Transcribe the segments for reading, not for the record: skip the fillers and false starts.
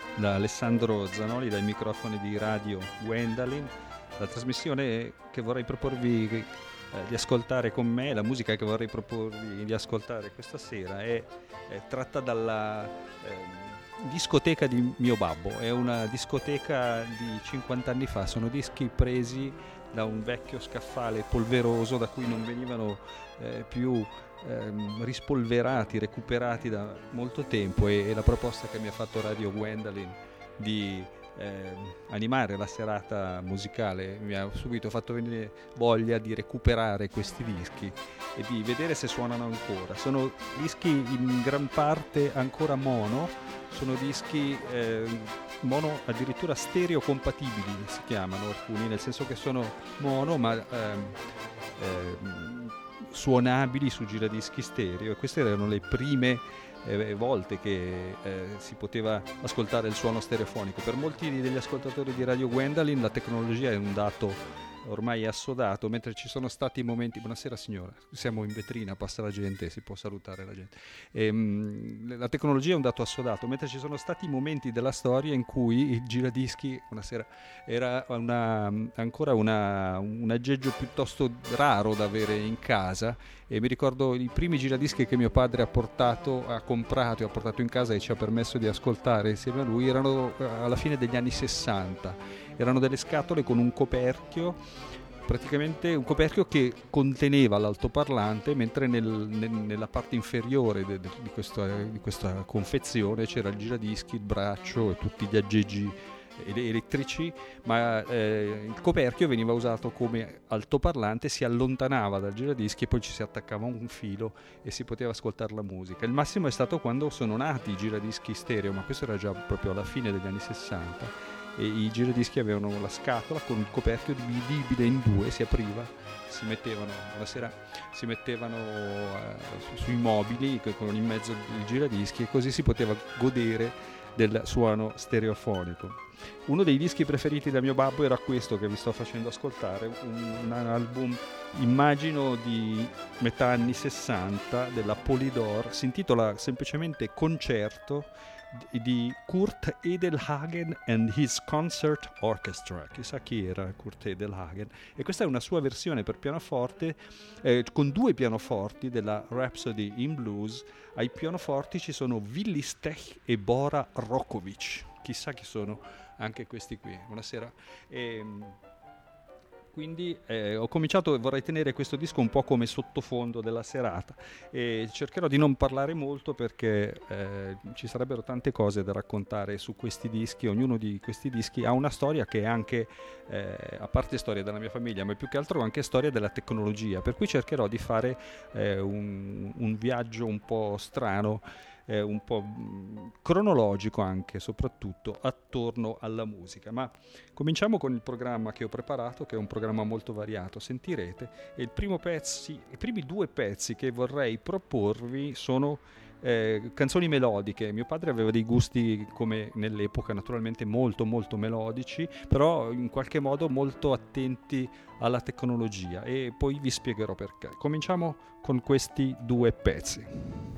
da Alessandro Zanoli dai microfoni di Radio Gwendalin. La trasmissione che vorrei proporvi di ascoltare con me, la musica che vorrei proporvi di ascoltare questa sera è tratta dalla discoteca di mio babbo. È una discoteca di 50 anni fa, sono dischi presi da un vecchio scaffale polveroso da cui non venivano più rispolverati, recuperati da molto tempo, e la proposta che mi ha fatto Radio Gwendalin di animare la serata musicale mi ha subito fatto venire voglia di recuperare questi dischi e di vedere se suonano ancora. Sono dischi in gran parte ancora mono, sono dischi mono, addirittura stereo compatibili si chiamano alcuni, nel senso che sono mono ma suonabili su giradischi stereo, e queste erano le prime volte che si poteva ascoltare il suono stereofonico. Per molti degli ascoltatori di Radio Gwendalin la tecnologia è un dato ormai assodato, mentre ci sono stati momenti... Buonasera signora, siamo in vetrina, passa la gente, si può salutare la gente. La tecnologia è un dato assodato, mentre ci sono stati momenti della storia in cui il giradischi, buonasera, era ancora un aggeggio piuttosto raro da avere in casa. E mi ricordo i primi giradischi che mio padre ha comprato e ha portato in casa e ci ha permesso di ascoltare insieme a lui, erano alla fine degli anni 60. Erano delle scatole con un coperchio, praticamente un coperchio che conteneva l'altoparlante, mentre nella parte inferiore di questa confezione c'era il giradischi, il braccio e tutti gli aggeggi elettrici, ma il coperchio veniva usato come altoparlante, si allontanava dal giradischi e poi ci si attaccava un filo e si poteva ascoltare la musica. Il massimo è stato quando sono nati i giradischi stereo, ma questo era già proprio alla fine degli anni 60, e i giradischi avevano la scatola con il coperchio dividibile in due, si apriva, si mettevano sui mobili con in mezzo il giradischi, e così si poteva godere del suono stereofonico. Uno dei dischi preferiti da mio babbo era questo che vi sto facendo ascoltare, un album immagino di metà anni 60 della Polydor, si intitola semplicemente Concerto di Kurt Edelhagen and His Concert Orchestra. Chissà chi era Kurt Edelhagen, e questa è una sua versione per pianoforte con due pianoforti della Rhapsody in Blues. Ai pianoforti ci sono Willy Stech e Bora Rokovic, chissà chi sono anche questi qui. Buonasera. Quindi ho cominciato e vorrei tenere questo disco un po' come sottofondo della serata, e cercherò di non parlare molto perché ci sarebbero tante cose da raccontare su questi dischi. Ognuno di questi dischi ha una storia che è anche, a parte storia della mia famiglia, ma più che altro anche storia della tecnologia, per cui cercherò di fare un viaggio un po' strano, un po' cronologico anche, soprattutto attorno alla musica. Ma cominciamo con il programma che ho preparato, che è un programma molto variato, sentirete, e i primi due pezzi che vorrei proporvi sono canzoni melodiche. Mio padre aveva dei gusti, come nell'epoca, naturalmente molto molto melodici, però in qualche modo molto attenti alla tecnologia, e poi vi spiegherò perché. Cominciamo con questi due pezzi.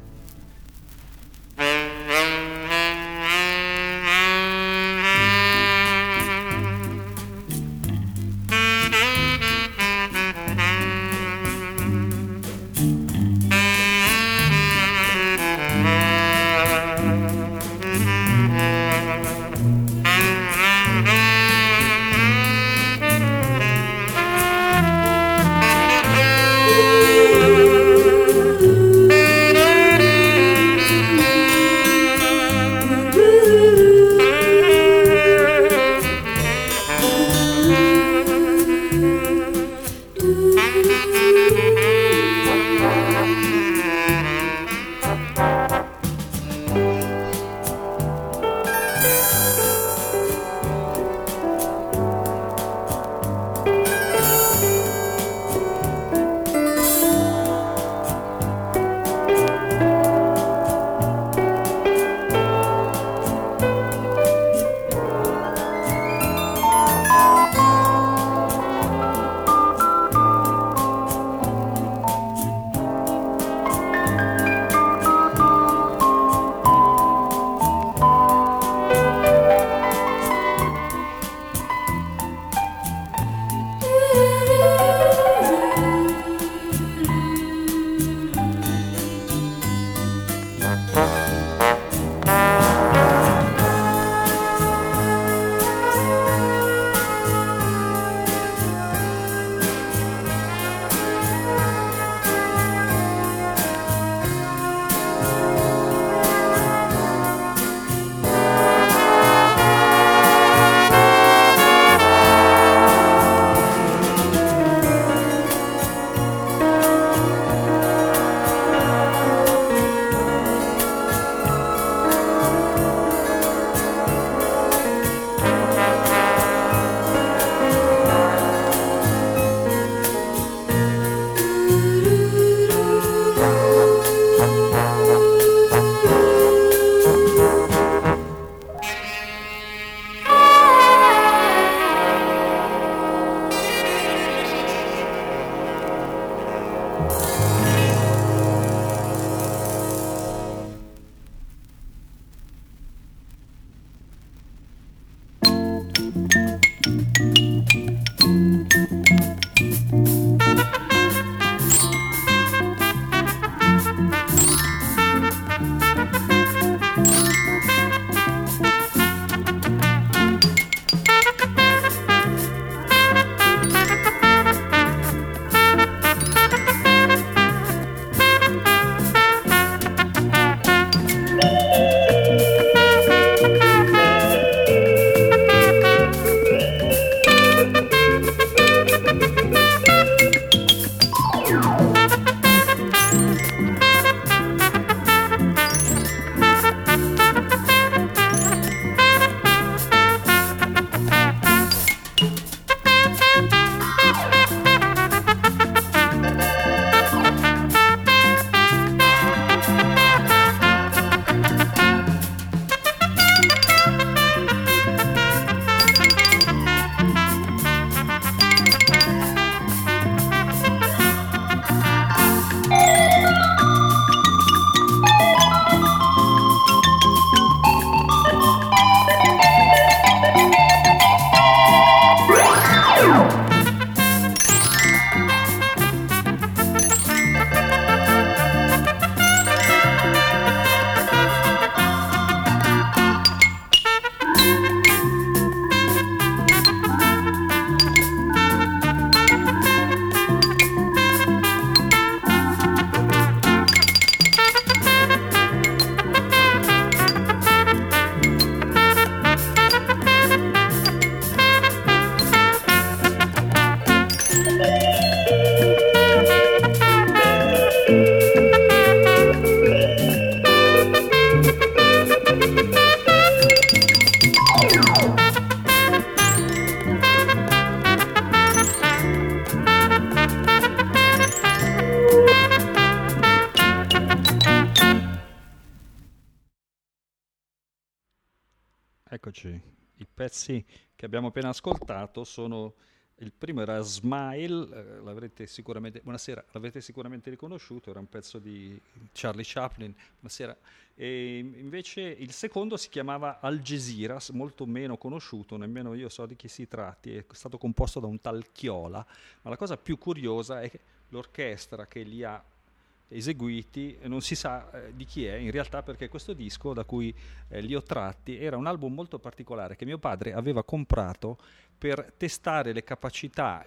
Eccoci, i pezzi che abbiamo appena ascoltato sono, il primo era Smile, l'avrete sicuramente, buonasera, l'avrete sicuramente riconosciuto, era un pezzo di Charlie Chaplin, buonasera, e invece il secondo si chiamava Algeciras, molto meno conosciuto, nemmeno io so di chi si tratti, è stato composto da un tal Chiola, ma la cosa più curiosa è che l'orchestra che li ha eseguiti non si sa di chi è in realtà, perché questo disco da cui li ho tratti era un album molto particolare che mio padre aveva comprato per testare le capacità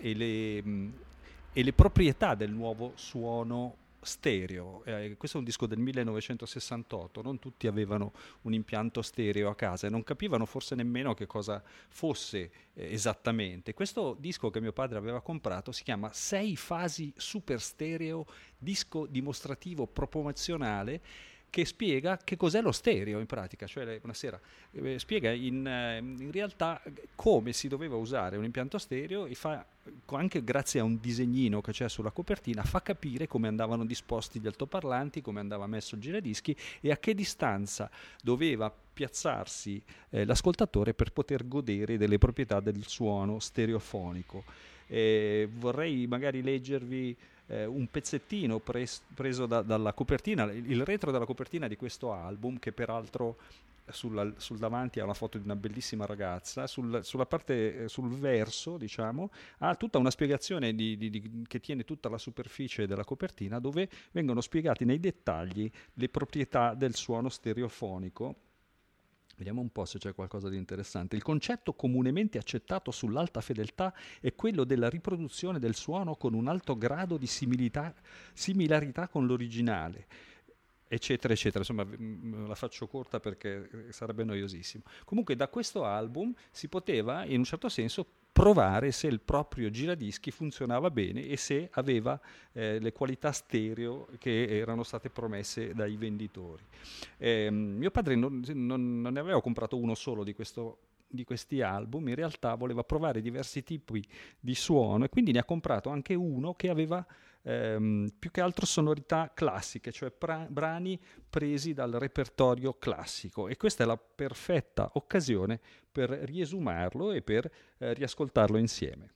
e le proprietà del nuovo suono stereo. Questo è un disco del 1968, non tutti avevano un impianto stereo a casa e non capivano forse nemmeno che cosa fosse esattamente. Questo disco che mio padre aveva comprato si chiama 6 fasi super stereo, disco dimostrativo promozionale, che spiega che cos'è lo stereo in pratica, cioè buonasera, spiega in realtà come si doveva usare un impianto stereo e fa, anche grazie a un disegnino che c'è sulla copertina, fa capire come andavano disposti gli altoparlanti, come andava messo il giradischi e a che distanza doveva piazzarsi l'ascoltatore per poter godere delle proprietà del suono stereofonico. Vorrei magari leggervi un pezzettino preso dalla copertina, il retro della copertina di questo album, che peraltro sul davanti ha una foto di una bellissima ragazza, sulla parte, sul verso, diciamo, ha tutta una spiegazione che tiene tutta la superficie della copertina, dove vengono spiegati nei dettagli le proprietà del suono stereofonico. Vediamo un po' se c'è qualcosa di interessante. Il concetto comunemente accettato sull'alta fedeltà è quello della riproduzione del suono con un alto grado di similarità con l'originale, eccetera, eccetera. Insomma, la faccio corta perché sarebbe noiosissimo. Comunque, da questo album si poteva, in un certo senso, provare se il proprio giradischi funzionava bene e se aveva le qualità stereo che erano state promesse dai venditori. Mio padre non ne aveva comprato uno solo di questi album, in realtà voleva provare diversi tipi di suono e quindi ne ha comprato anche uno che aveva più che altro sonorità classiche, cioè brani presi dal repertorio classico, e questa è la perfetta occasione per riesumarlo e per riascoltarlo insieme.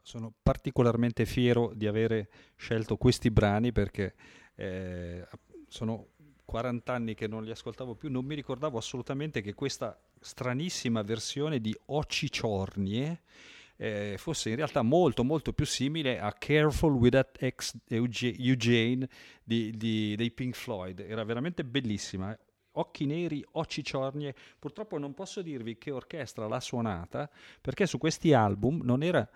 sono particolarmente fiero di avere scelto questi brani perché sono 40 anni che non li ascoltavo più, non mi ricordavo assolutamente che questa stranissima versione di Ocicciornie fosse in realtà molto molto più simile a Careful with That Ex Eugene dei Pink Floyd. Era veramente bellissima. Occhi neri, Ocicciornie. Purtroppo non posso dirvi che orchestra l'ha suonata perché su questi album non era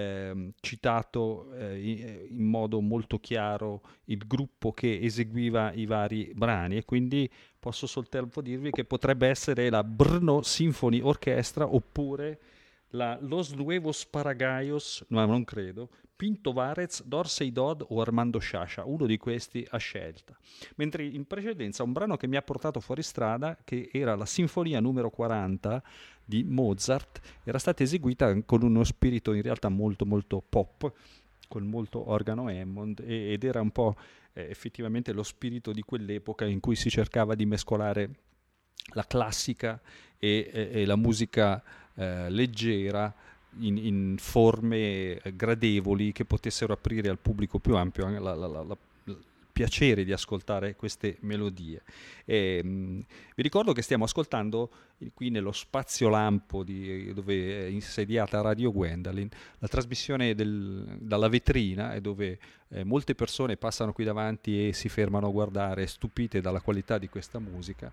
citato in modo molto chiaro il gruppo che eseguiva i vari brani, e quindi posso soltanto dirvi che potrebbe essere la Brno Symphony Orchestra oppure la Los Nuevos Paragaios, ma non credo, Pinto Varez, Dorsey Dodd o Armando Sciascia, uno di questi a scelta. Mentre in precedenza un brano che mi ha portato fuori strada, che era la Sinfonia numero 40 di Mozart, era stata eseguita con uno spirito in realtà molto molto pop, con molto organo Hammond, ed era un po' effettivamente lo spirito di quell'epoca in cui si cercava di mescolare la classica e la musica leggera in forme gradevoli che potessero aprire al pubblico più ampio il piacere di ascoltare queste melodie. Vi ricordo che stiamo ascoltando qui nello spazio lampo dove è insediata Radio Gwendolyn la trasmissione dalla vetrina, dove molte persone passano qui davanti e si fermano a guardare stupite dalla qualità di questa musica.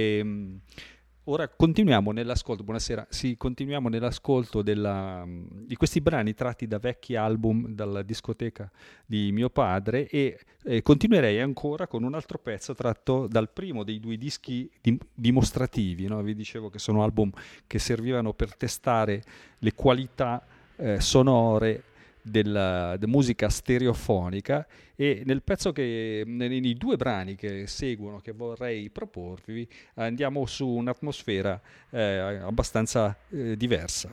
Ora continuiamo nell'ascolto, buonasera, continuiamo nell'ascolto di questi brani tratti da vecchi album dalla discoteca di mio padre, e continuerei ancora con un altro pezzo tratto dal primo dei due dischi dimostrativi, no? Vi dicevo che sono album che servivano per testare le qualità sonore della musica stereofonica, e nel pezzo nei due brani che seguono, che vorrei proporvi, andiamo su un'atmosfera abbastanza diversa.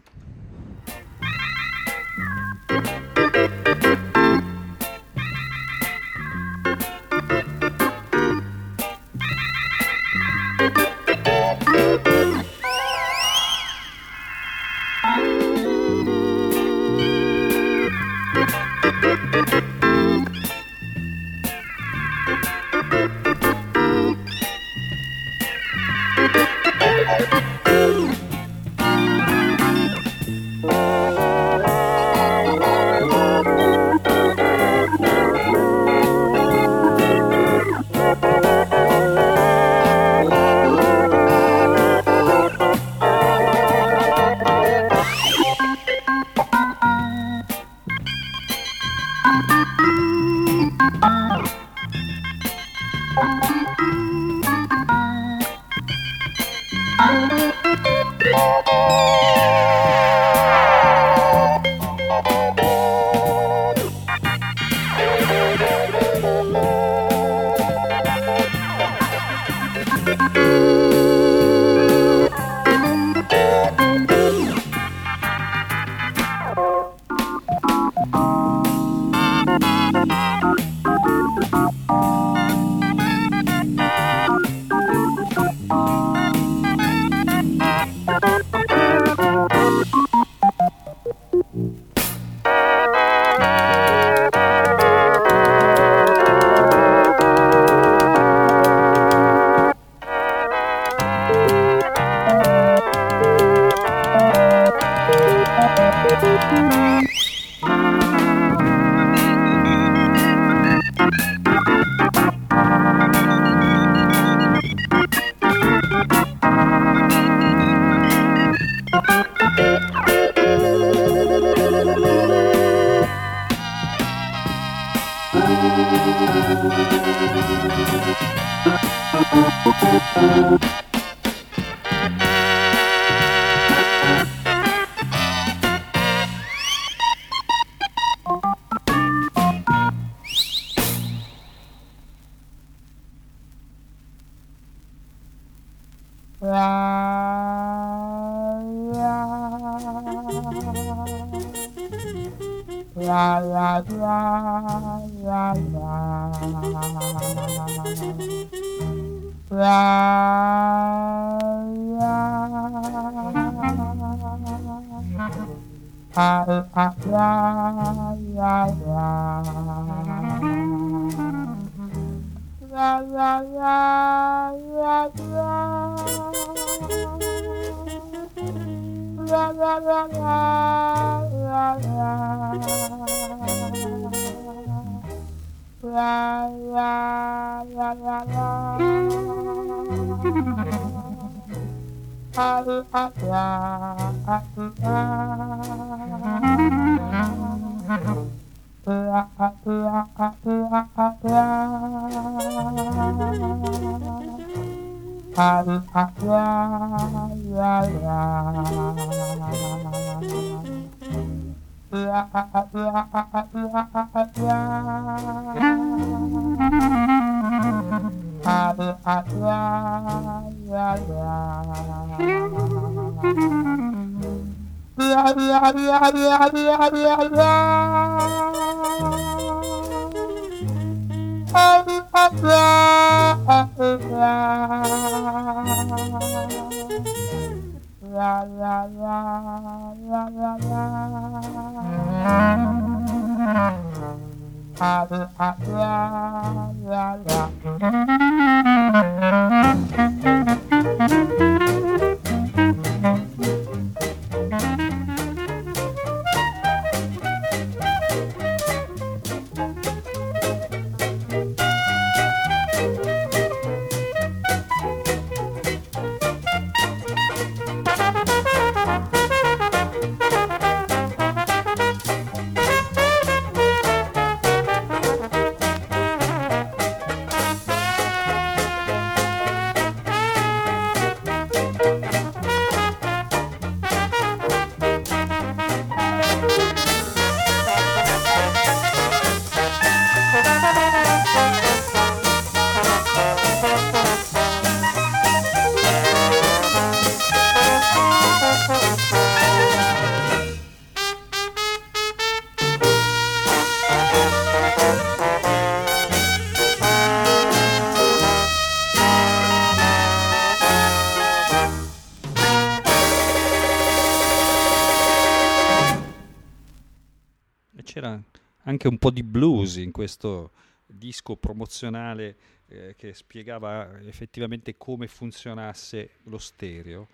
C'era anche un po' di blues in questo disco promozionale che spiegava effettivamente come funzionasse lo stereo.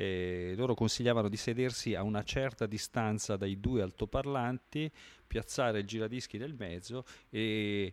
Loro consigliavano di sedersi a una certa distanza dai due altoparlanti, piazzare il giradischi nel mezzo e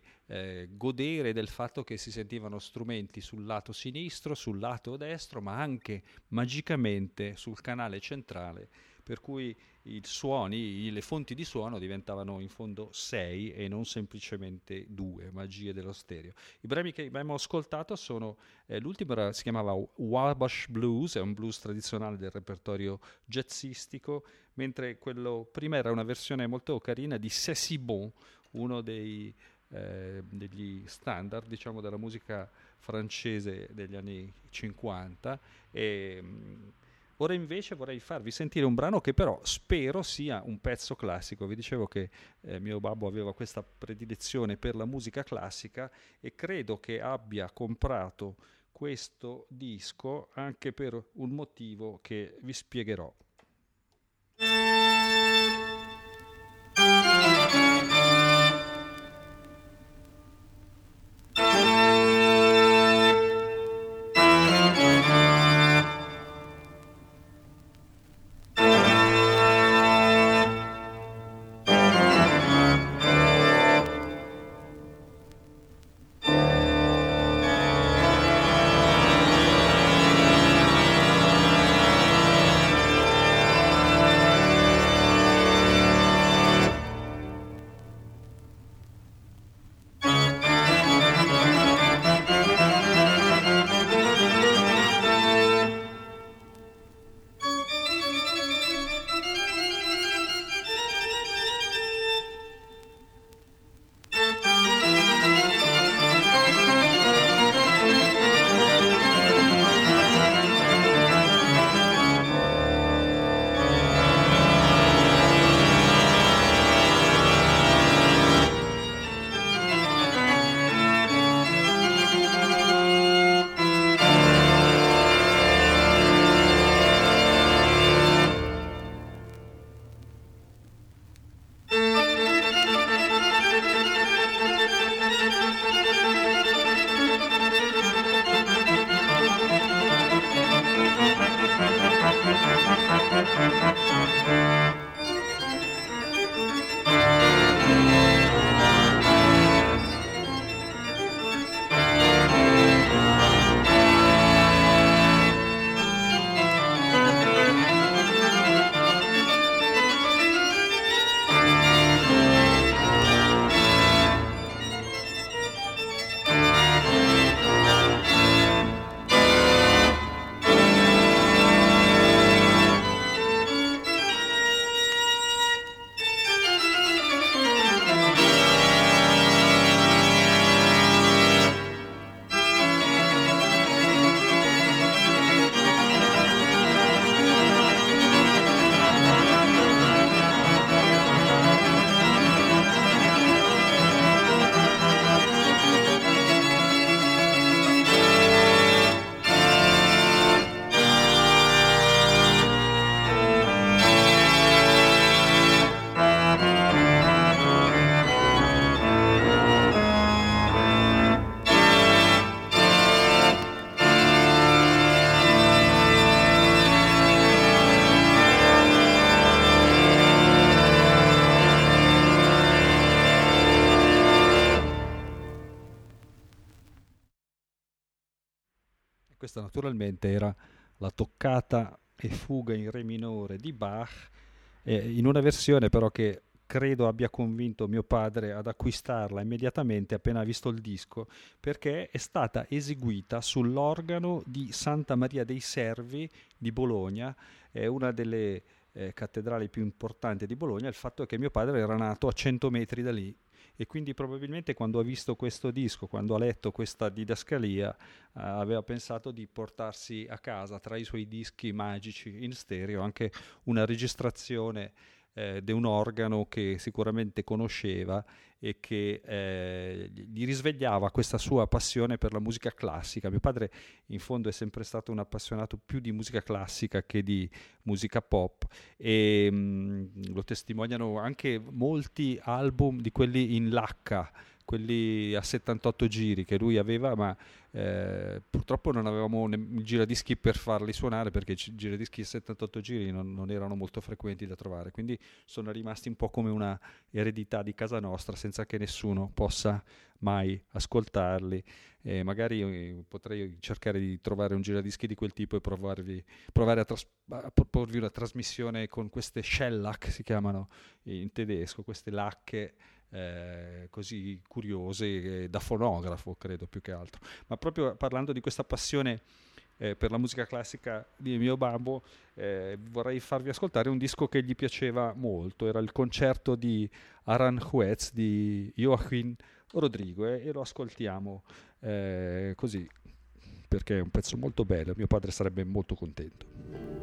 godere del fatto che si sentivano strumenti sul lato sinistro, sul lato destro, ma anche magicamente sul canale centrale, per cui i suoni, le fonti di suono diventavano in fondo 6 e non semplicemente 2, magie dello stereo. I brani che abbiamo ascoltato sono, l'ultimo si chiamava Wabash Blues, è un blues tradizionale del repertorio jazzistico, mentre quello prima era una versione molto carina di C'est si bon, uno degli standard, diciamo, della musica francese degli anni 50. Ora invece vorrei farvi sentire un brano che però spero sia un pezzo classico. Vi dicevo che mio babbo aveva questa predilezione per la musica classica e credo che abbia comprato questo disco anche per un motivo che vi spiegherò. Questa naturalmente era la toccata e fuga in re minore di Bach, in una versione però che credo abbia convinto mio padre ad acquistarla immediatamente appena visto il disco, perché è stata eseguita sull'organo di Santa Maria dei Servi di Bologna, è una delle cattedrali più importanti di Bologna. Il fatto è che mio padre era nato a 100 metri da lì e quindi probabilmente quando ha visto questo disco, quando ha letto questa didascalia, aveva pensato di portarsi a casa tra i suoi dischi magici in stereo anche una registrazione di un organo che sicuramente conosceva e che gli risvegliava questa sua passione per la musica classica. Mio padre in fondo è sempre stato un appassionato più di musica classica che di musica pop, e lo testimoniano anche molti album di quelli in lacca, quelli a 78 giri che lui aveva, ma purtroppo non avevamo il giradischi per farli suonare, perché i giradischi a 78 giri non erano molto frequenti da trovare, quindi sono rimasti un po' come una eredità di casa nostra senza che nessuno possa mai ascoltarli. Magari potrei cercare di trovare un giradischi di quel tipo e provare a proporvi una trasmissione con queste shellac, si chiamano in tedesco, queste lacche così curiose, da fonografo credo più che altro. Ma proprio parlando di questa passione per la musica classica di mio babbo, vorrei farvi ascoltare un disco che gli piaceva molto. Era il concerto di Aranjuez di Joaquín Rodrigo, e lo ascoltiamo così perché è un pezzo molto bello, mio padre sarebbe molto contento.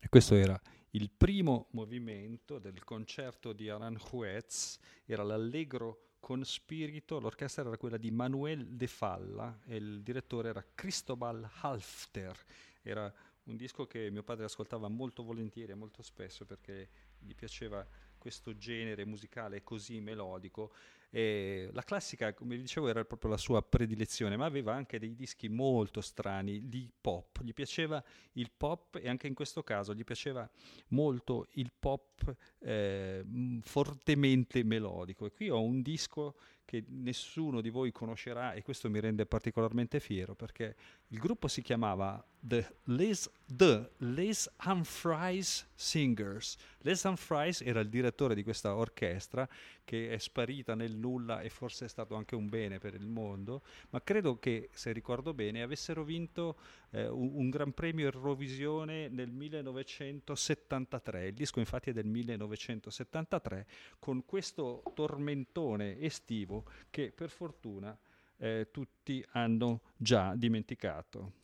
E questo era il primo movimento del concerto di Aranjuez, era l'Allegro con spirito, l'orchestra era quella di Manuel de Falla e il direttore era Cristobal Halfter. Era un disco che mio padre ascoltava molto volentieri e molto spesso perché gli piaceva questo genere musicale così melodico. E la classica, come vi dicevo, era proprio la sua predilezione, ma aveva anche dei dischi molto strani di pop. Gli piaceva il pop e anche in questo caso gli piaceva molto il pop fortemente melodico. E qui ho un disco che nessuno di voi conoscerà e questo mi rende particolarmente fiero perché il gruppo si chiamava The Les Humphreys Singers. Les Humphreys era il direttore di questa orchestra che è sparita nel nulla e forse è stato anche un bene per il mondo, ma credo che, se ricordo bene, avessero vinto un Gran Premio Eurovisione nel 1973. Il disco infatti è del 1973 con questo tormentone estivo che per fortuna tutti hanno già dimenticato.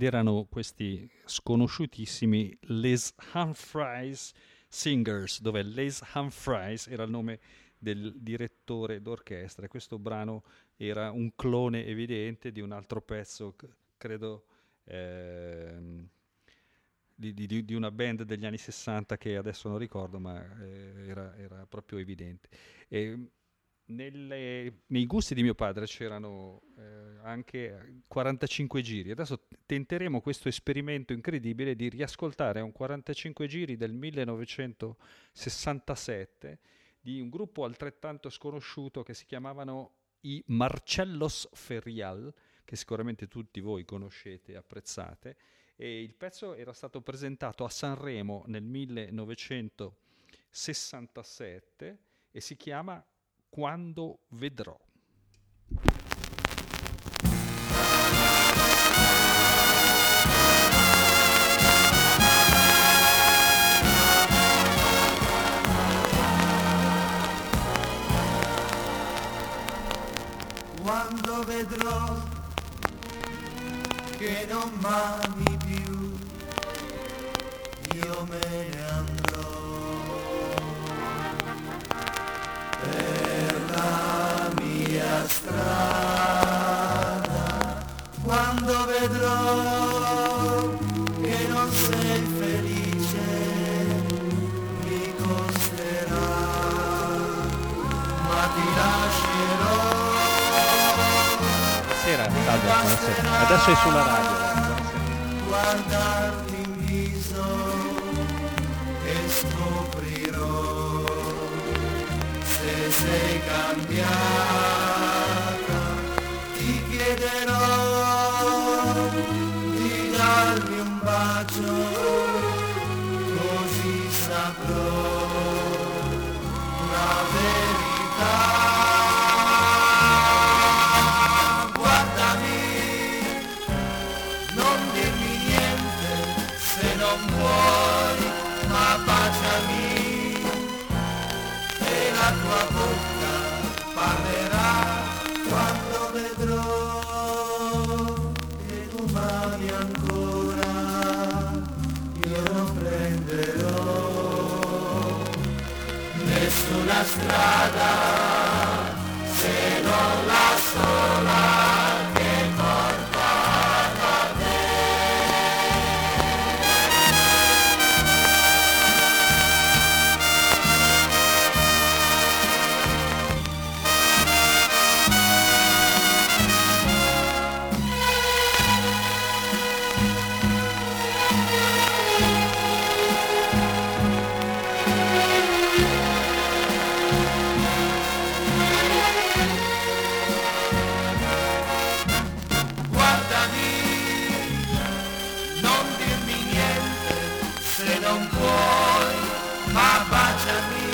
erano questi sconosciutissimi Les Humphreys Singers, dove Les Humphreys era il nome del direttore d'orchestra, e questo brano era un clone evidente di un altro pezzo, credo di una band degli anni 60 che adesso non ricordo, ma era proprio evidente. E nei gusti di mio padre c'erano anche 45 giri. Adesso tenteremo questo esperimento incredibile di riascoltare un 45 giri del 1967 di un gruppo altrettanto sconosciuto che si chiamavano i Marcellos Ferial, che sicuramente tutti voi conoscete e apprezzate, e il pezzo era stato presentato a Sanremo nel 1967 e si chiama Quando vedrò. Quando vedrò che non m'ami più, io me ne andrò per la mia strada. Quando vedrò che non sei felice, mi costerà, ma ti lascerò. Buonasera. Adesso sei sulla radio. Guardarti in viso e scoprirò se sei cambiata. Ti chiederò di darmi un bacio, così saprò la verità. Ma baciami e la tua bocca parlerà. Quando vedrò che tu m'ami ancora, io non prenderò nessuna strada se non la sola che porta da te. Ma baciami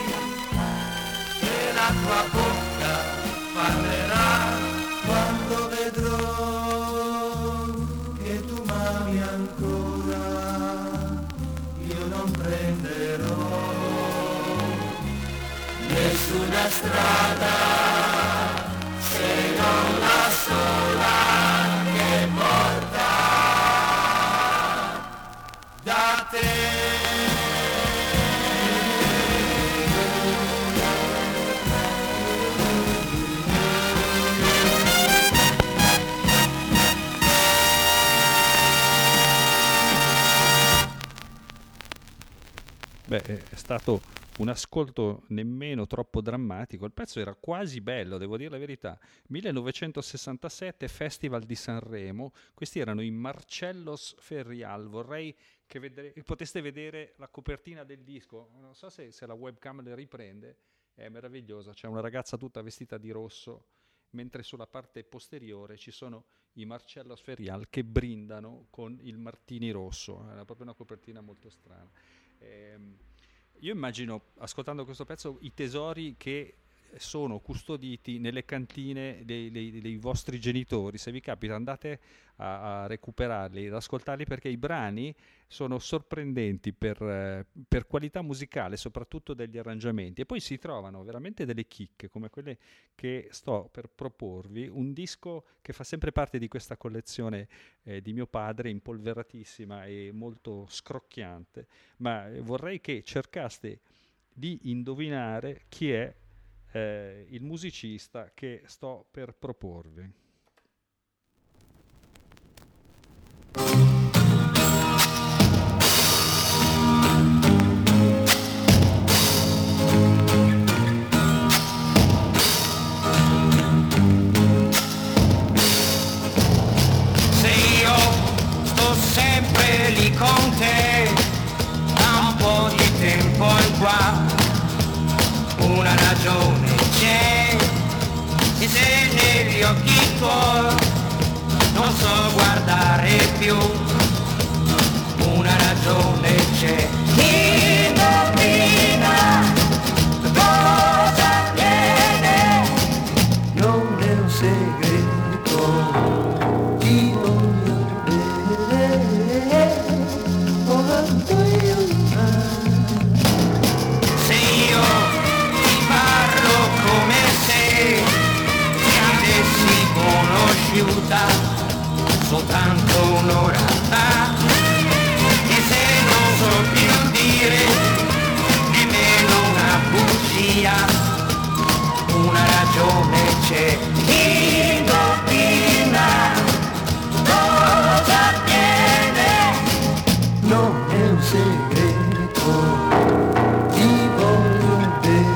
e la tua bocca parlerà. Quando vedrò che tu m'ami ancora, io non prenderò nessuna strada se non la sola che porta da te. Beh, è stato un ascolto nemmeno troppo drammatico, il pezzo era quasi bello, devo dire la verità. 1967, Festival di Sanremo, questi erano i Marcellos Ferial. Vorrei che poteste vedere la copertina del disco, non so se la webcam le riprende, è meravigliosa, c'è una ragazza tutta vestita di rosso, mentre sulla parte posteriore ci sono i Marcellos Ferial che brindano con il martini rosso, è proprio una copertina molto strana. Io immagino, ascoltando questo pezzo, i tesori che sono custoditi nelle cantine dei vostri genitori. Se vi capita, andate a recuperarli, ad ascoltarli, perché i brani sono sorprendenti per qualità musicale, soprattutto degli arrangiamenti, e poi si trovano veramente delle chicche come quelle che sto per proporvi, un disco che fa sempre parte di questa collezione di mio padre, impolveratissima e molto scrocchiante, ma vorrei che cercaste di indovinare chi è il musicista che sto per proporvi. Se io sto sempre lì con te, da un po' di tempo in qua, una ragione c'è, e se negli occhi tuoi non so guardare più, una ragione c'è. Indovina cosa viene, non è un segreto, ti voglio bene, quanto io se io ti parlo come se ti avessi conosciuta soltanto un'ora fa, e se non so più dire nemmeno una bugia, una ragione c'è. Indovina cosa avviene, non è un segreto, ti voglio bene.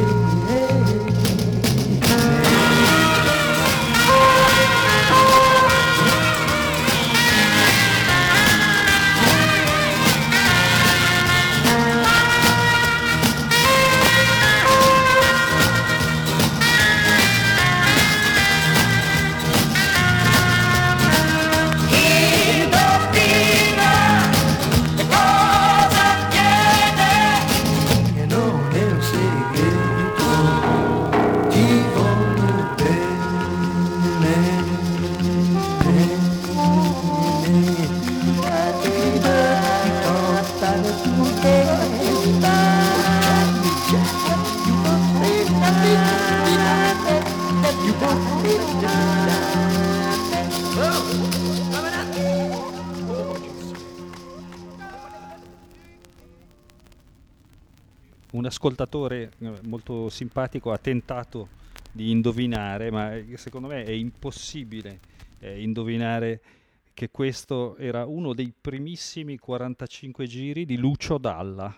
Un ascoltatore molto simpatico ha tentato di indovinare, ma secondo me è impossibile indovinare che questo era uno dei primissimi 45 giri di Lucio Dalla.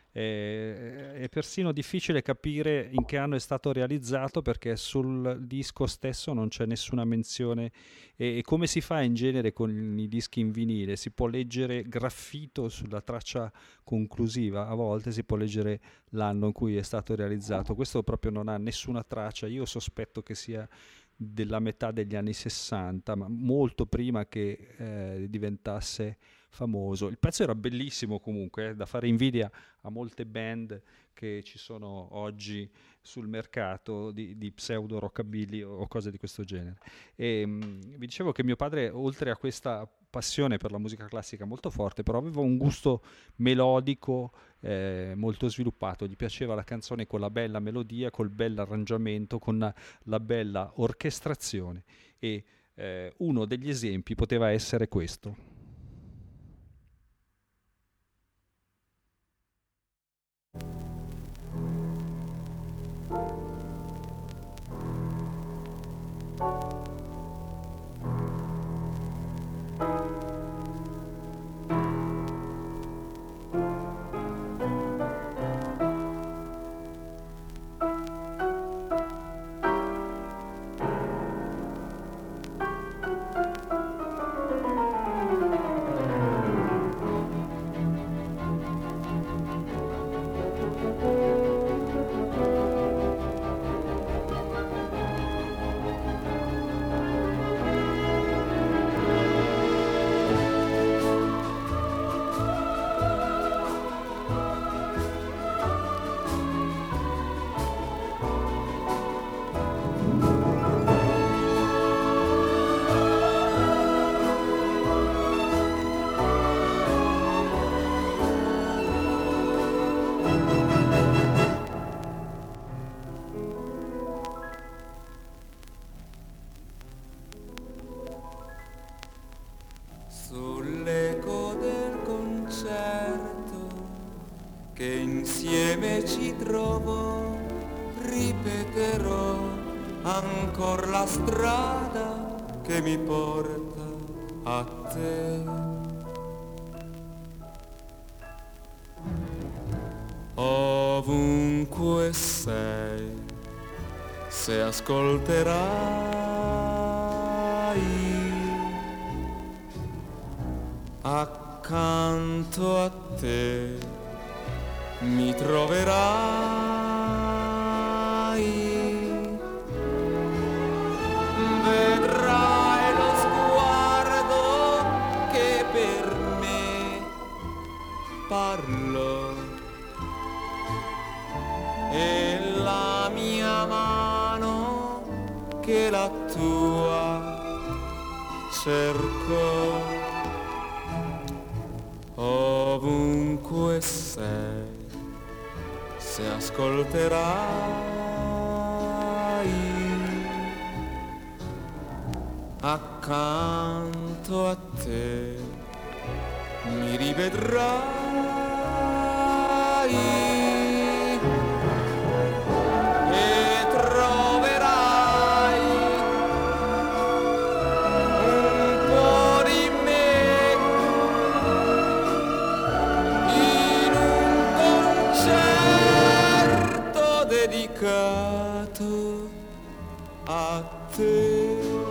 È persino difficile capire in che anno è stato realizzato, perché sul disco stesso non c'è nessuna menzione, e come si fa in genere con i dischi in vinile? Si può leggere graffito sulla traccia conclusiva, a volte si può leggere l'anno in cui è stato realizzato. Questo proprio non ha nessuna traccia. Io sospetto che sia della metà degli anni 60, ma molto prima che diventasse famoso. Il pezzo era bellissimo comunque, da fare invidia a molte band che ci sono oggi sul mercato di pseudo rockabilly o cose di questo genere. E vi dicevo che mio padre, oltre a questa passione per la musica classica molto forte, però aveva un gusto melodico molto sviluppato. Gli piaceva la canzone con la bella melodia, col bel arrangiamento, con la bella orchestrazione, e uno degli esempi poteva essere questo. che insieme ci trovo, ripeterò ancora la strada che mi porta a te. Ovunque sei, se ascolterai, accanto a te mi troverai. Vedrai lo sguardo che per me parlo e la mia mano che la tua cerco. Ovunque sei, se ascolterai, accanto a te mi rivedrai. Dedicato a te.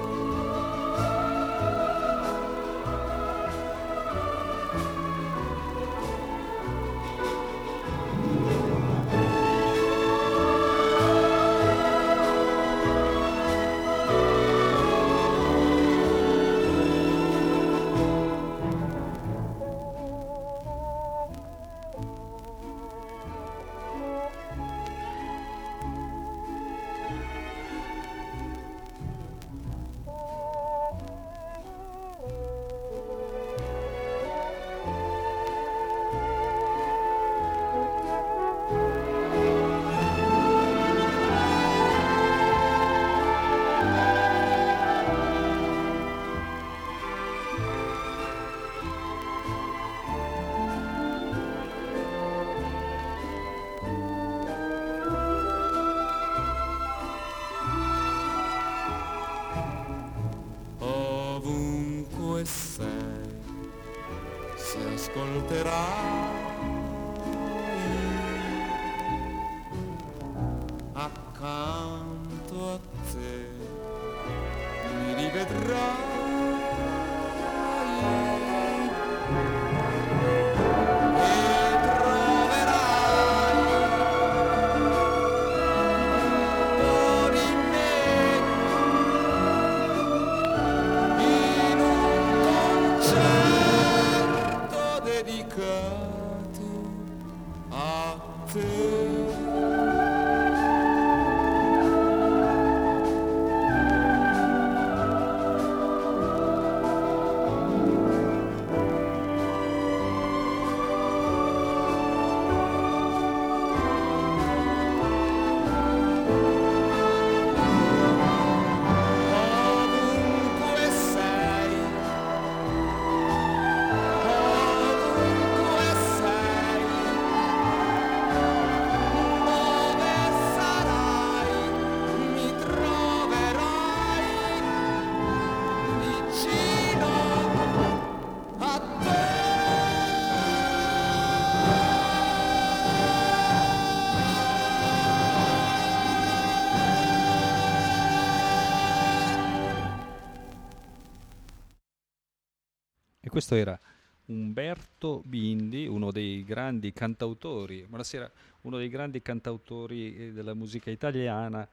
Sei, se ascolterai, accanto a te mi rivedrai. Questo era Umberto Bindi, uno dei grandi cantautori, buonasera, uno dei grandi cantautori della musica italiana,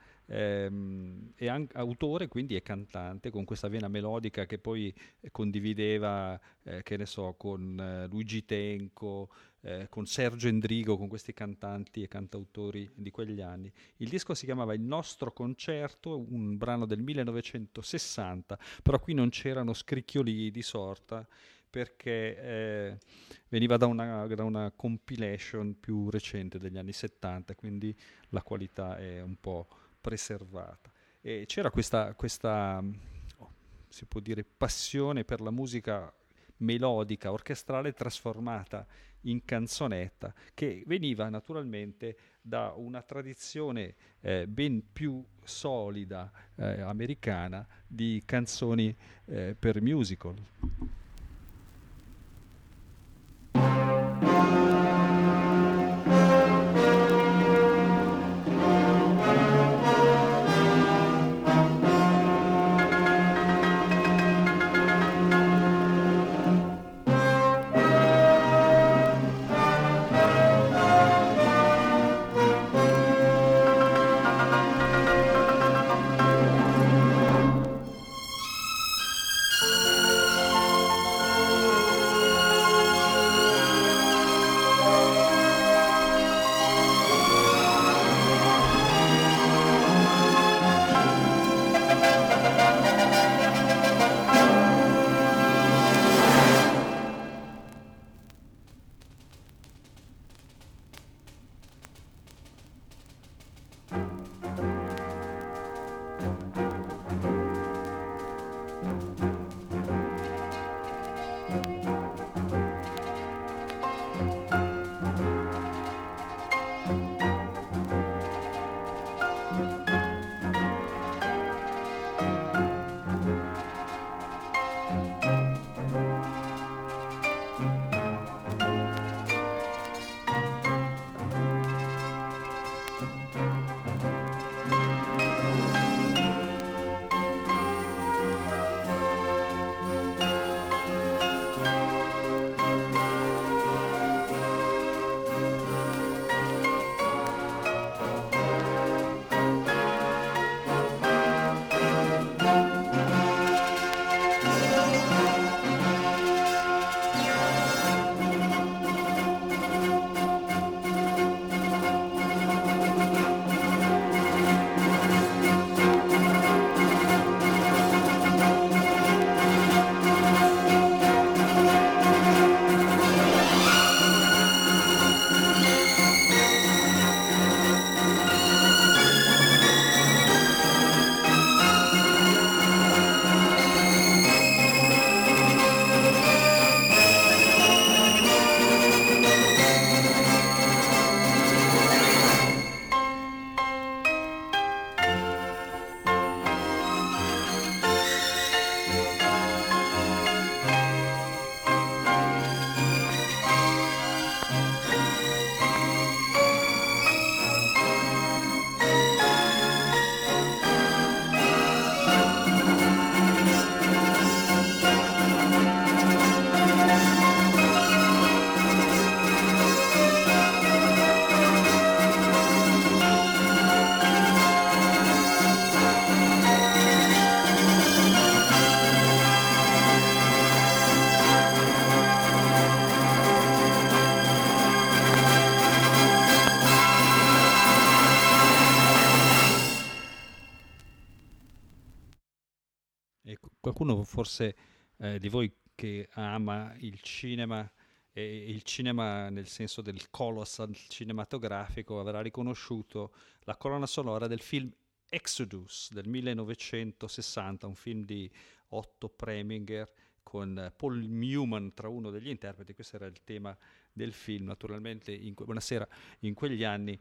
e anche autore, quindi è cantante, con questa vena melodica che poi condivideva, che ne so, con Luigi Tenco, con Sergio Endrigo, con questi cantanti e cantautori di quegli anni. Il disco si chiamava Il nostro concerto, un brano del 1960, però qui non c'erano scricchiolii di sorta, perché veniva da una compilation più recente degli anni 70, quindi la qualità è un po' preservata. E c'era questa si può dire, passione per la musica melodica, orchestrale trasformata in canzonetta, che veniva naturalmente da una tradizione ben più solida americana di canzoni per musical. E qualcuno forse di voi che ama il cinema nel senso del colossal cinematografico, avrà riconosciuto la colonna sonora del film Exodus del 1960, un film di Otto Preminger con Paul Newman tra uno degli interpreti. Questo era il tema del film. Naturalmente Buonasera, in quegli anni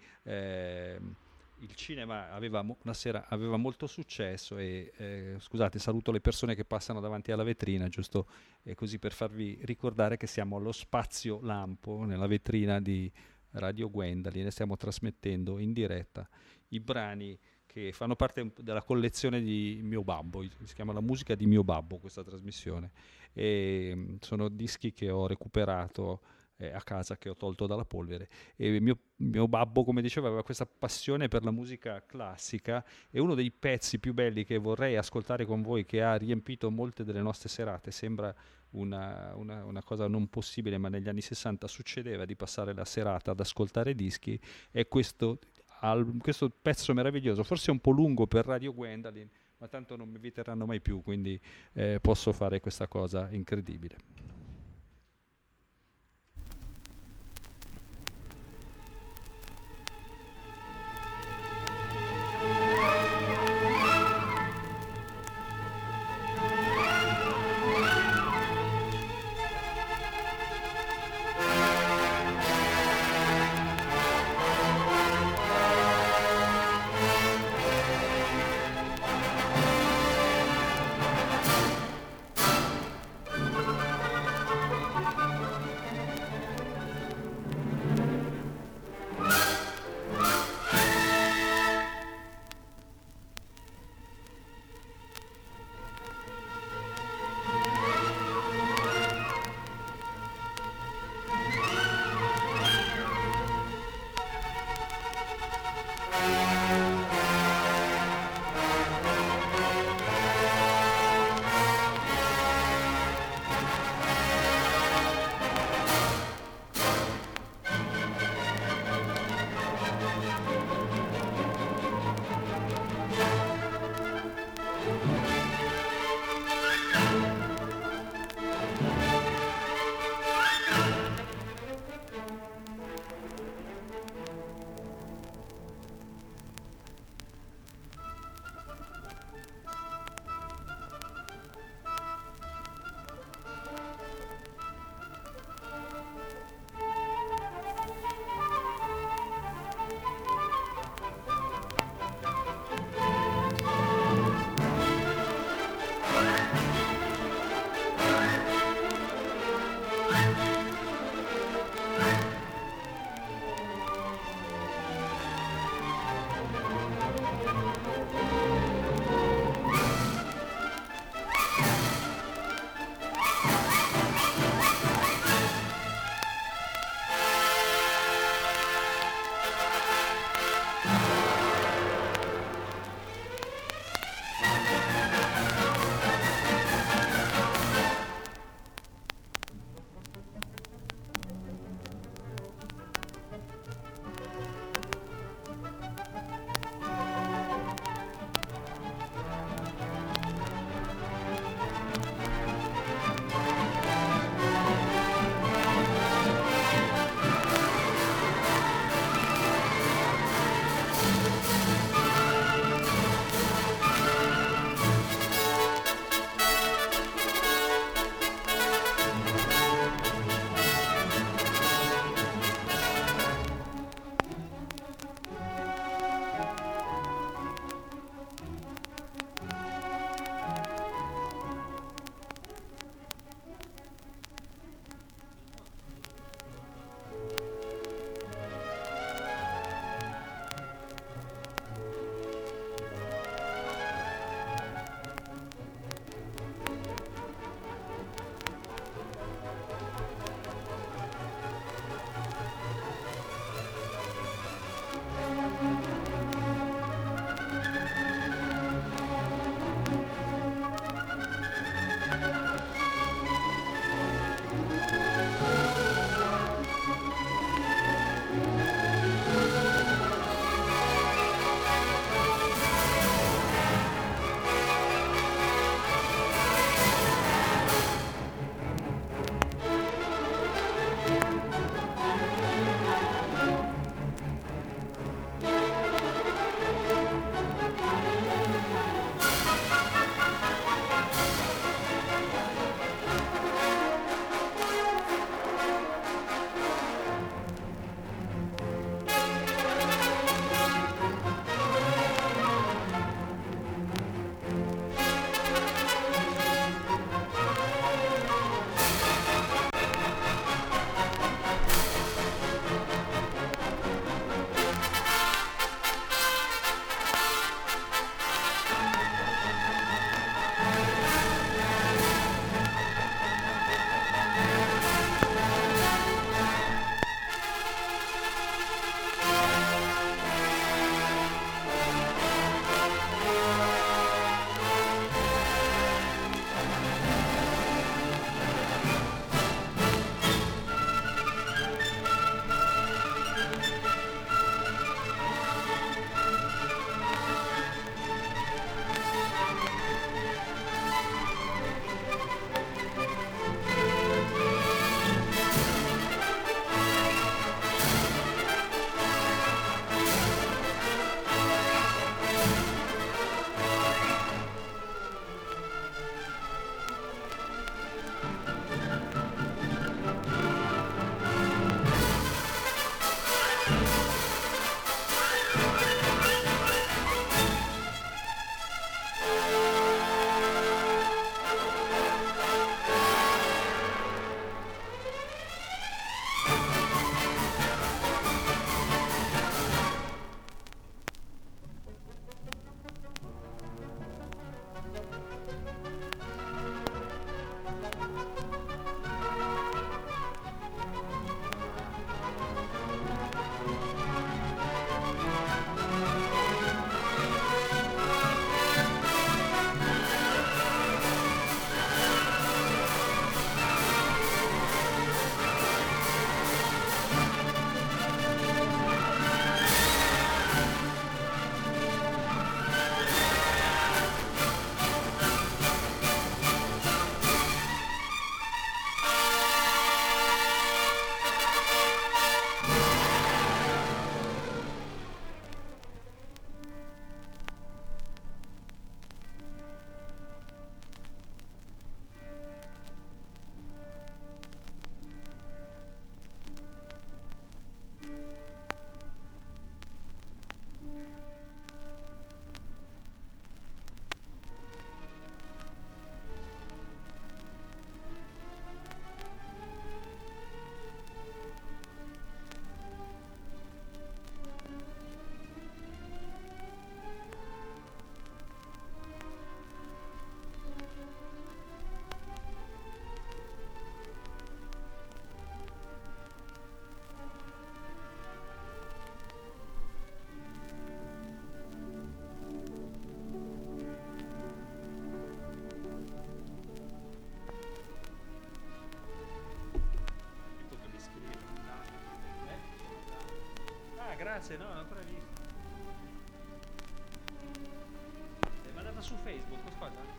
il cinema aveva molto successo e scusate, saluto le persone che passano davanti alla vetrina, giusto così per farvi ricordare che siamo allo Spazio Lampo, nella vetrina di Radio Gwendalin, e stiamo trasmettendo in diretta i brani che fanno parte della collezione di mio babbo. Si chiama La musica di mio babbo questa trasmissione, e sono dischi che ho recuperato a casa, che ho tolto dalla polvere. E mio babbo, come dicevo, aveva questa passione per la musica classica, e uno dei pezzi più belli che vorrei ascoltare con voi, che ha riempito molte delle nostre serate, sembra una cosa non possibile, ma negli anni 60 succedeva di passare la serata ad ascoltare dischi, è questo pezzo meraviglioso, forse un po' lungo per Radio Gwendalin, ma tanto non mi inviteranno mai più, quindi posso fare questa cosa incredibile. grazie, no, non ho ancora visto. È mandata su Facebook, ascolta.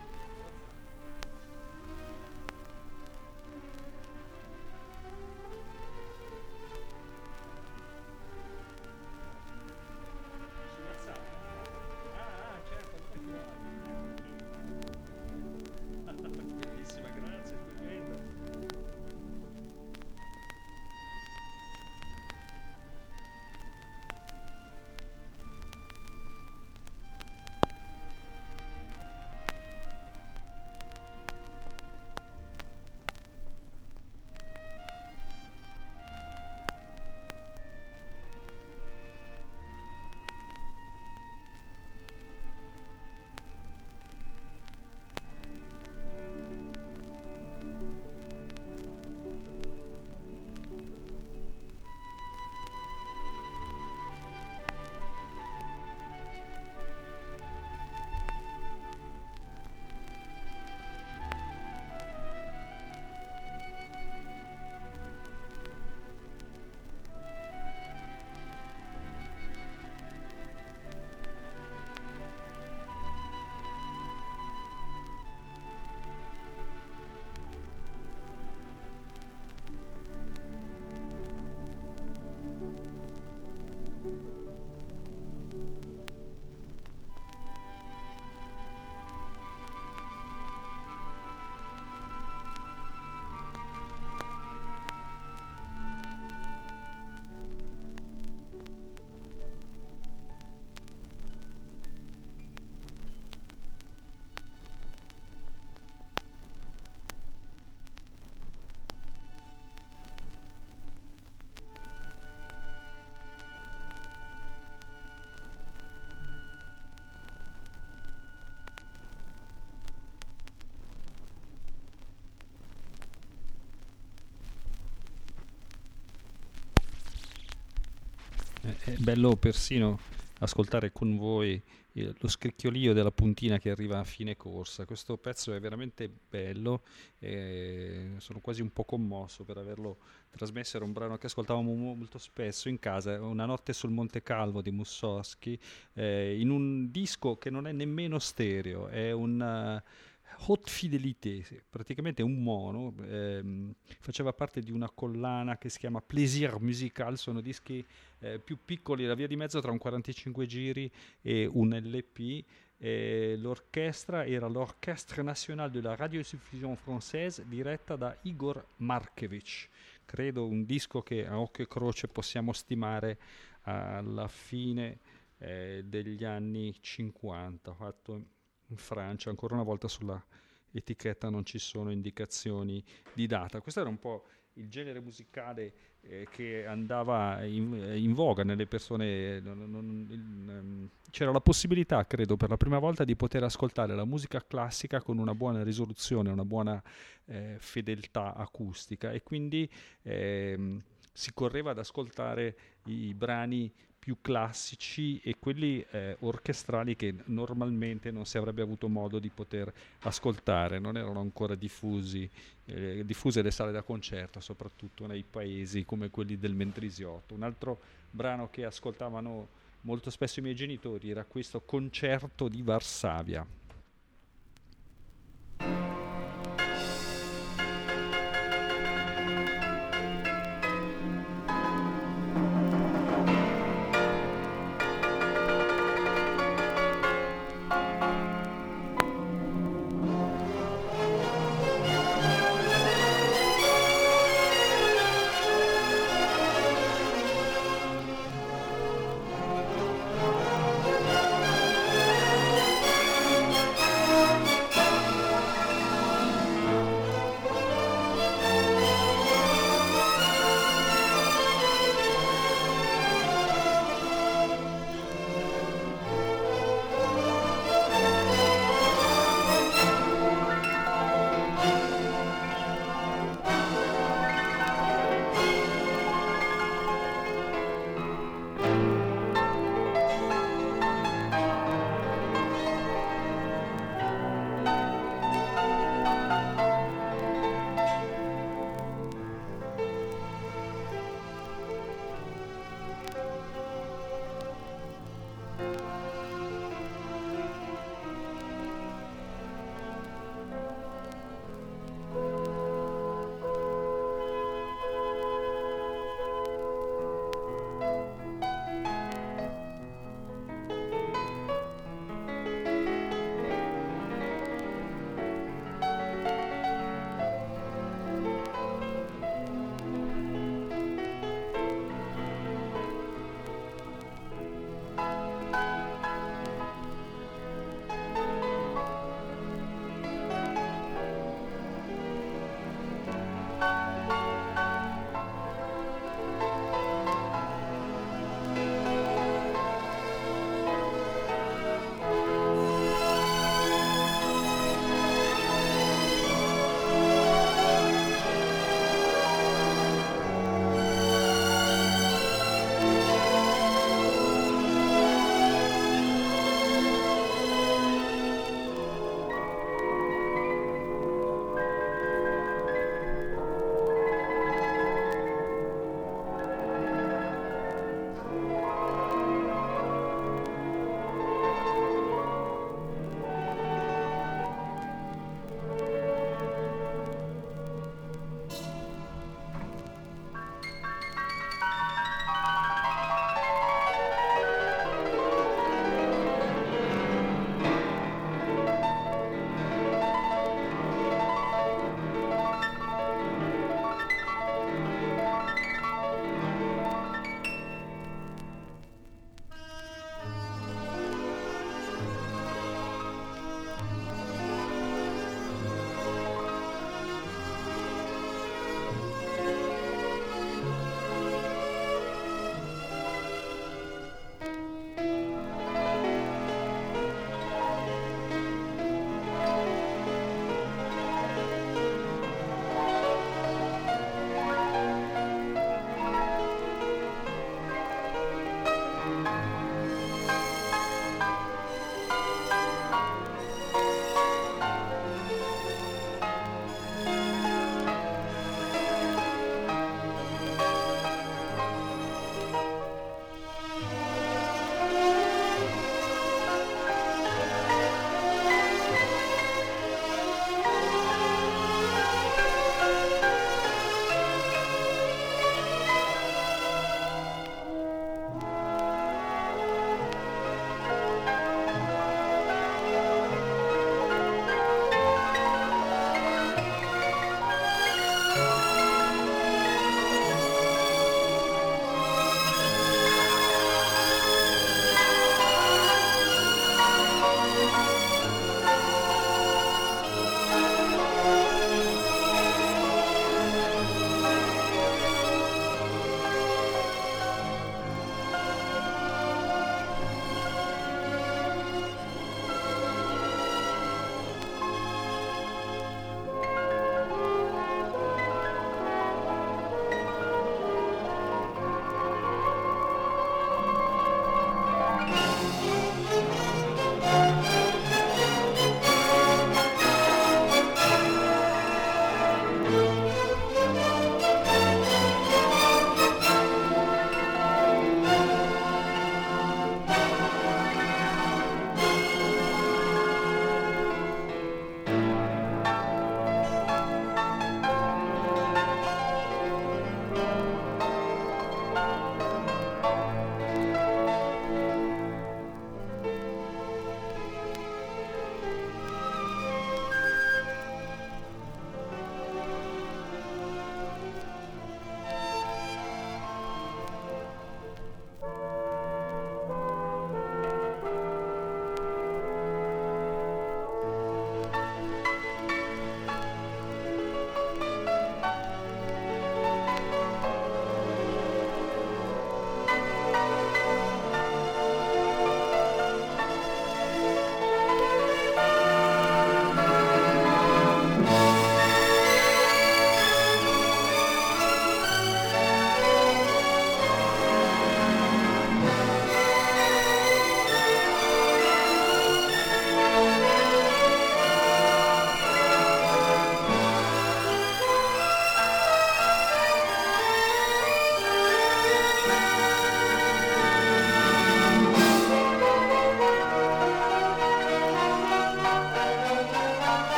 Su WhatsApp. Ah, certo, bellissima, grazie, stupenda. È bello persino ascoltare con voi lo scricchiolio della puntina che arriva a fine corsa. Questo pezzo è veramente bello, sono quasi un po' commosso per averlo trasmesso. Era un brano che ascoltavamo molto spesso in casa, Una notte sul Monte Calvo di Mussorgsky, in un disco che non è nemmeno stereo, è un Haute Fidélité, praticamente un mono, faceva parte di una collana che si chiama Plaisir Musical, sono dischi più piccoli, la via di mezzo tra un 45 giri e un LP. L'orchestra era l'Orchestre Nationale de la Radiodiffusion Française, diretta da Igor Markevich. Credo un disco che a occhio e croce possiamo stimare alla fine degli anni 50, fatto in Francia. Ancora una volta sulla etichetta non ci sono indicazioni di data. Questo era un po' il genere musicale che andava in voga nelle persone. C'era la possibilità, credo, per la prima volta di poter ascoltare la musica classica con una buona risoluzione, una buona fedeltà acustica, e quindi si correva ad ascoltare i brani più classici e quelli orchestrali che normalmente non si avrebbe avuto modo di poter ascoltare, non erano ancora diffuse le sale da concerto, soprattutto nei paesi come quelli del Mendrisiotto. Un altro brano che ascoltavano molto spesso i miei genitori era questo Concerto di Varsavia.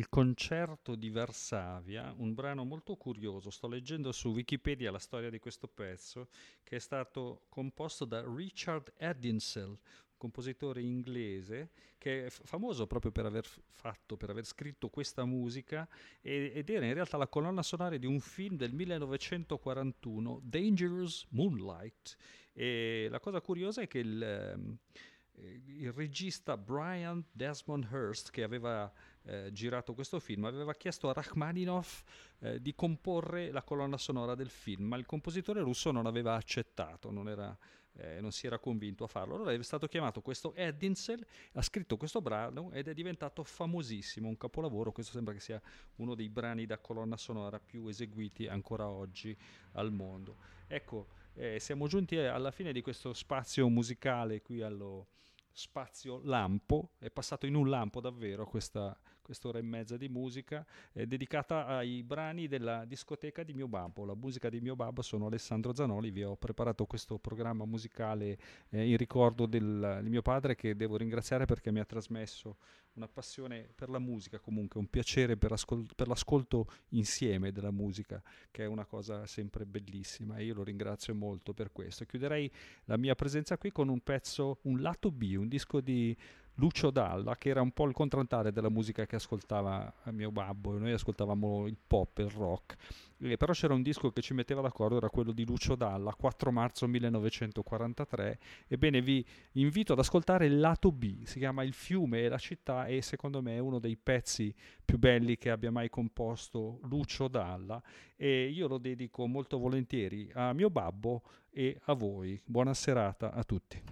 il concerto di Varsavia, un brano molto curioso. Sto leggendo su Wikipedia la storia di questo pezzo, che è stato composto da Richard Edinsel, compositore inglese che è famoso proprio per aver scritto questa musica ed era in realtà la colonna sonora di un film del 1941, Dangerous Moonlight. E la cosa curiosa è che il regista Brian Desmond Hurst, che aveva girato questo film, aveva chiesto a Rachmaninoff di comporre la colonna sonora del film, ma il compositore russo non aveva accettato, non si era convinto a farlo. Allora è stato chiamato questo Edinsel, ha scritto questo brano ed è diventato famosissimo, un capolavoro. Questo sembra che sia uno dei brani da colonna sonora più eseguiti ancora oggi al mondo. Ecco, siamo giunti alla fine di questo spazio musicale qui allo Spazio Lampo. È passato in un lampo davvero quest'ora e mezza di musica dedicata ai brani della discoteca di mio babbo. La musica di mio babbo, sono Alessandro Zanoli, vi ho preparato questo programma musicale in ricordo di mio padre, che devo ringraziare perché mi ha trasmesso una passione per la musica, comunque un piacere per l'ascolto insieme della musica, che è una cosa sempre bellissima, e io lo ringrazio molto per questo. Chiuderei la mia presenza qui con un pezzo, un lato B, un disco di Lucio Dalla, che era un po' il contraltare della musica che ascoltava mio babbo. Noi ascoltavamo il pop, il rock, però c'era un disco che ci metteva d'accordo, era quello di Lucio Dalla, 4 marzo 1943. Ebbene, vi invito ad ascoltare il lato B, si chiama Il fiume e la città, e secondo me è uno dei pezzi più belli che abbia mai composto Lucio Dalla, e io lo dedico molto volentieri a mio babbo e a voi. Buona serata a tutti.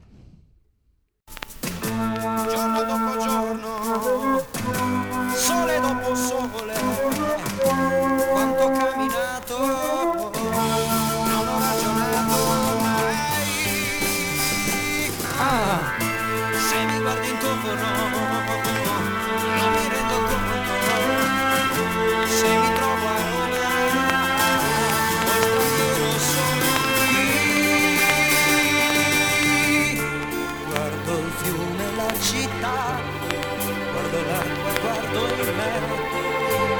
Giorno dopo giorno, sole dopo sole, quanto ho camminato, non ho ragionato mai. Se mi guardi intorno, non mi rendo conto, se mi trovo a Roma, o straniero sono qui. Guardo il fiume, la città, guardo l'acqua, guardo il me,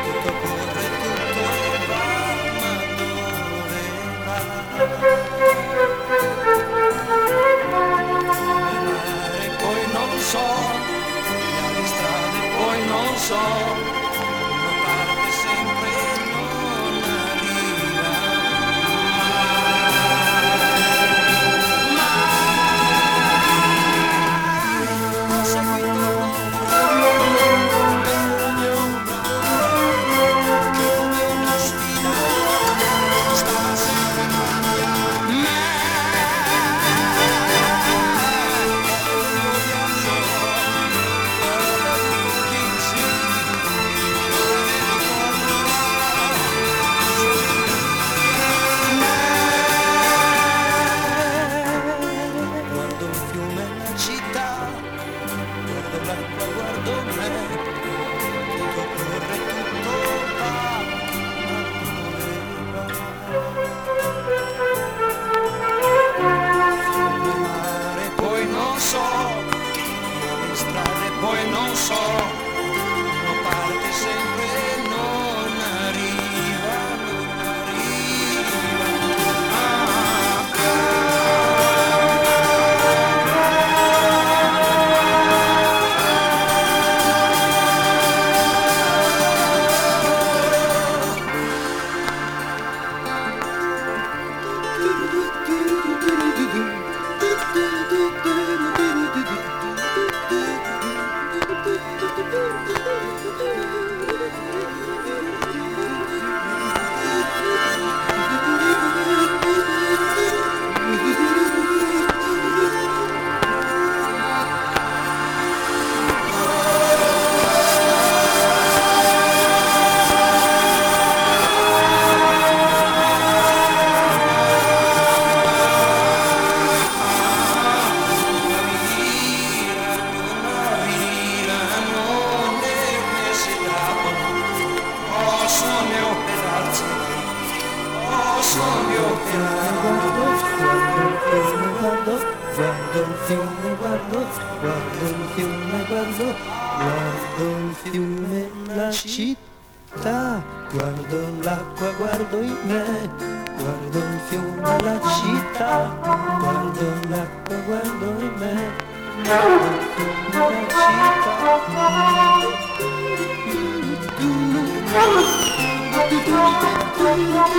il fiume, guardo il fiume, guardo il fiume, la città, guardo l'acqua, guardo in me, guardo il fiume, la città, guardo l'acqua, guardo in me, guardo il fiume, la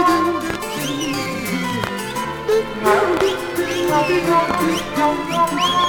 città.